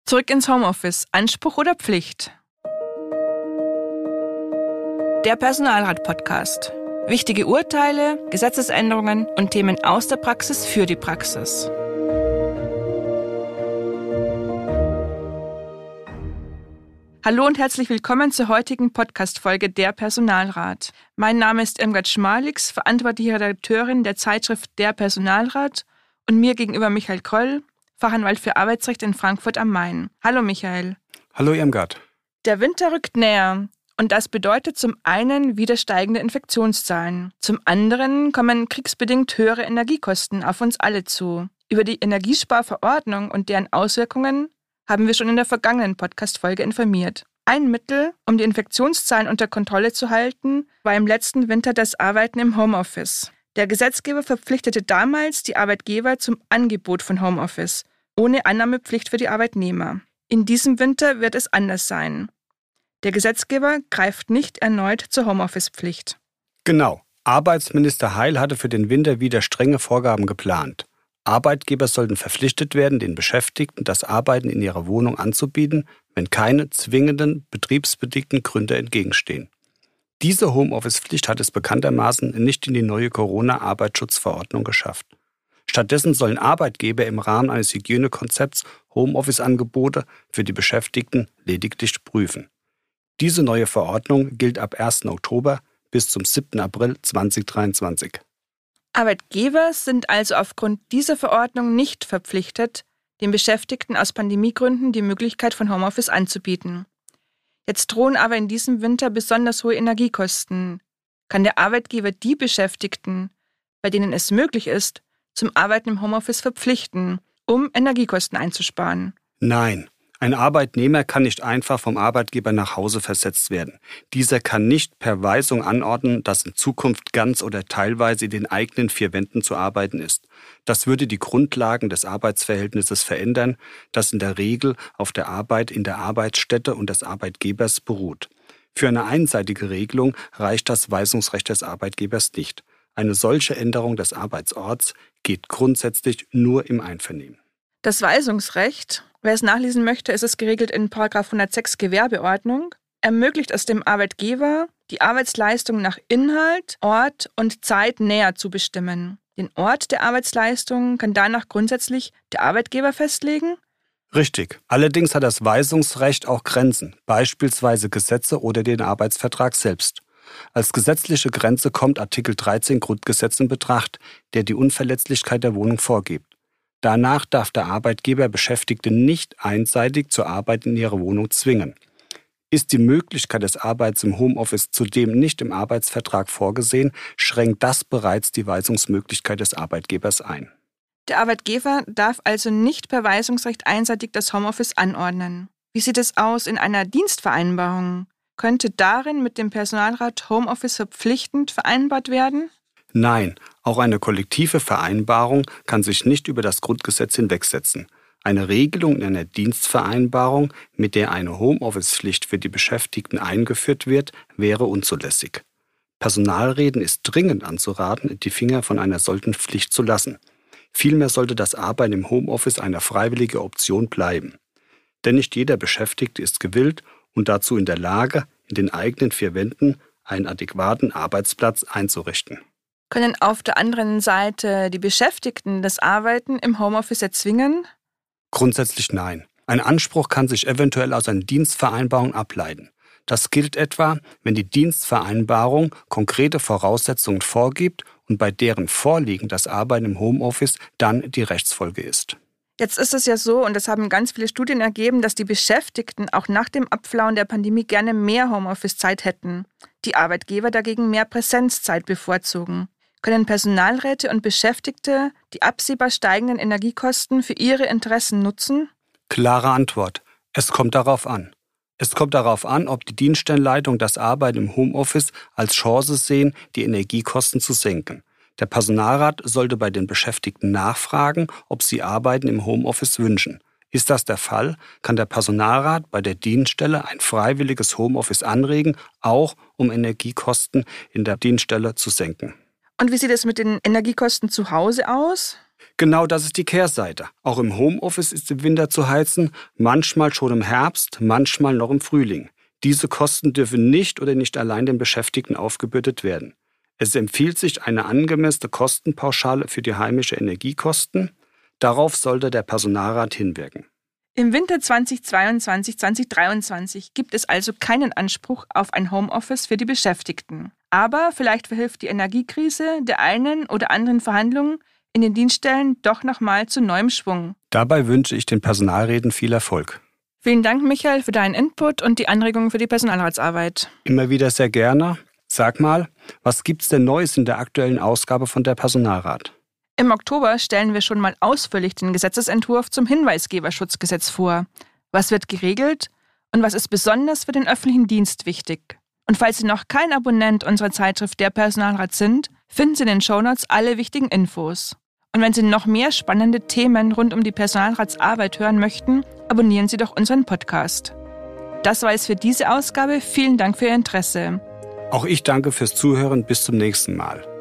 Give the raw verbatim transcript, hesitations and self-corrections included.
Zurück ins Homeoffice. Anspruch oder Pflicht? Der Personalrat-Podcast. Wichtige Urteile, Gesetzesänderungen und Themen aus der Praxis für die Praxis. Hallo und herzlich willkommen zur heutigen Podcast-Folge Der Personalrat. Mein Name ist Irmgard Schmalix, verantwortliche Redakteurin der Zeitschrift Der Personalrat, und mir gegenüber Michael Kröll, Fachanwalt für Arbeitsrecht in Frankfurt am Main. Hallo Michael. Hallo Irmgard. Der Winter rückt näher und das bedeutet zum einen wieder steigende Infektionszahlen. Zum anderen kommen kriegsbedingt höhere Energiekosten auf uns alle zu. Über die Energiesparverordnung und deren Auswirkungen haben wir schon in der vergangenen Podcast-Folge informiert. Ein Mittel, um die Infektionszahlen unter Kontrolle zu halten, war im letzten Winter das Arbeiten im Homeoffice. Der Gesetzgeber verpflichtete damals die Arbeitgeber zum Angebot von Homeoffice, ohne Annahmepflicht für die Arbeitnehmer. In diesem Winter wird es anders sein. Der Gesetzgeber greift nicht erneut zur Homeoffice-Pflicht. Genau. Arbeitsminister Heil hatte für den Winter wieder strenge Vorgaben geplant. Arbeitgeber sollten verpflichtet werden, den Beschäftigten das Arbeiten in ihrer Wohnung anzubieten, wenn keine zwingenden betriebsbedingten Gründe entgegenstehen. Diese Homeoffice-Pflicht hat es bekanntermaßen nicht in die neue Corona-Arbeitsschutzverordnung geschafft. Stattdessen sollen Arbeitgeber im Rahmen eines Hygienekonzepts Homeoffice-Angebote für die Beschäftigten lediglich prüfen. Diese neue Verordnung gilt ab ersten Oktober bis zum siebten April zweitausenddreiundzwanzig. Arbeitgeber sind also aufgrund dieser Verordnung nicht verpflichtet, den Beschäftigten aus Pandemiegründen die Möglichkeit von Homeoffice anzubieten. Jetzt drohen aber in diesem Winter besonders hohe Energiekosten. Kann der Arbeitgeber die Beschäftigten, bei denen es möglich ist, zum Arbeiten im Homeoffice verpflichten, um Energiekosten einzusparen? Nein. Ein Arbeitnehmer kann nicht einfach vom Arbeitgeber nach Hause versetzt werden. Dieser kann nicht per Weisung anordnen, dass in Zukunft ganz oder teilweise in den eigenen vier Wänden zu arbeiten ist. Das würde die Grundlagen des Arbeitsverhältnisses verändern, das in der Regel auf der Arbeit in der Arbeitsstätte und des Arbeitgebers beruht. Für eine einseitige Regelung reicht das Weisungsrecht des Arbeitgebers nicht. Eine solche Änderung des Arbeitsorts geht grundsätzlich nur im Einvernehmen. Das Weisungsrecht, wer es nachlesen möchte, ist es geregelt in Paragraph hundertsechs Gewerbeordnung, ermöglicht es dem Arbeitgeber, die Arbeitsleistung nach Inhalt, Ort und Zeit näher zu bestimmen. Den Ort der Arbeitsleistung kann danach grundsätzlich der Arbeitgeber festlegen. Richtig. Allerdings hat das Weisungsrecht auch Grenzen, beispielsweise Gesetze oder den Arbeitsvertrag selbst. Als gesetzliche Grenze kommt Artikel dreizehn Grundgesetz in Betracht, der die Unverletzlichkeit der Wohnung vorgibt. Danach darf der Arbeitgeber Beschäftigte nicht einseitig zur Arbeit in ihre Wohnung zwingen. Ist die Möglichkeit des Arbeits im Homeoffice zudem nicht im Arbeitsvertrag vorgesehen, schränkt das bereits die Weisungsmöglichkeit des Arbeitgebers ein. Der Arbeitgeber darf also nicht per Weisungsrecht einseitig das Homeoffice anordnen. Wie sieht es aus in einer Dienstvereinbarung? Könnte darin mit dem Personalrat Homeoffice verpflichtend vereinbart werden? Nein, auch eine kollektive Vereinbarung kann sich nicht über das Grundgesetz hinwegsetzen. Eine Regelung in einer Dienstvereinbarung, mit der eine Homeoffice-Pflicht für die Beschäftigten eingeführt wird, wäre unzulässig. Personalräten ist dringend anzuraten, die Finger von einer solchen Pflicht zu lassen. Vielmehr sollte das Arbeiten im Homeoffice eine freiwillige Option bleiben. Denn nicht jeder Beschäftigte ist gewillt und dazu in der Lage, in den eigenen vier Wänden einen adäquaten Arbeitsplatz einzurichten. Können auf der anderen Seite die Beschäftigten das Arbeiten im Homeoffice erzwingen? Grundsätzlich nein. Ein Anspruch kann sich eventuell aus einer Dienstvereinbarung ableiten. Das gilt etwa, wenn die Dienstvereinbarung konkrete Voraussetzungen vorgibt und bei deren Vorliegen das Arbeiten im Homeoffice dann die Rechtsfolge ist. Jetzt ist es ja so, und das haben ganz viele Studien ergeben, dass die Beschäftigten auch nach dem Abflauen der Pandemie gerne mehr Homeoffice-Zeit hätten. Die Arbeitgeber dagegen mehr Präsenzzeit bevorzugen. Können Personalräte und Beschäftigte die absehbar steigenden Energiekosten für ihre Interessen nutzen? Klare Antwort. Es kommt darauf an. Es kommt darauf an, ob die Dienststellenleitung das Arbeiten im Homeoffice als Chance sehen, die Energiekosten zu senken. Der Personalrat sollte bei den Beschäftigten nachfragen, ob sie Arbeiten im Homeoffice wünschen. Ist das der Fall, kann der Personalrat bei der Dienststelle ein freiwilliges Homeoffice anregen, auch um Energiekosten in der Dienststelle zu senken. Und wie sieht es mit den Energiekosten zu Hause aus? Genau das ist die Kehrseite. Auch im Homeoffice ist im Winter zu heizen, manchmal schon im Herbst, manchmal noch im Frühling. Diese Kosten dürfen nicht oder nicht allein den Beschäftigten aufgebürdet werden. Es empfiehlt sich eine angemessene Kostenpauschale für die heimische Energiekosten. Darauf sollte der Personalrat hinwirken. Im Winter zweitausendzweiundzwanzig zweitausenddreiundzwanzig gibt es also keinen Anspruch auf ein Homeoffice für die Beschäftigten. Aber vielleicht verhilft die Energiekrise der einen oder anderen Verhandlungen in den Dienststellen doch nochmal zu neuem Schwung. Dabei wünsche ich den Personalräten viel Erfolg. Vielen Dank, Michael, für deinen Input und die Anregungen für die Personalratsarbeit. Immer wieder sehr gerne. Sag mal, was gibt's denn Neues in der aktuellen Ausgabe von der Personalrat? Im Oktober stellen wir schon mal ausführlich den Gesetzesentwurf zum Hinweisgeberschutzgesetz vor. Was wird geregelt und was ist besonders für den öffentlichen Dienst wichtig? Und falls Sie noch kein Abonnent unserer Zeitschrift Der Personalrat sind, finden Sie in den Shownotes alle wichtigen Infos. Und wenn Sie noch mehr spannende Themen rund um die Personalratsarbeit hören möchten, abonnieren Sie doch unseren Podcast. Das war es für diese Ausgabe. Vielen Dank für Ihr Interesse. Auch ich danke fürs Zuhören. Bis zum nächsten Mal.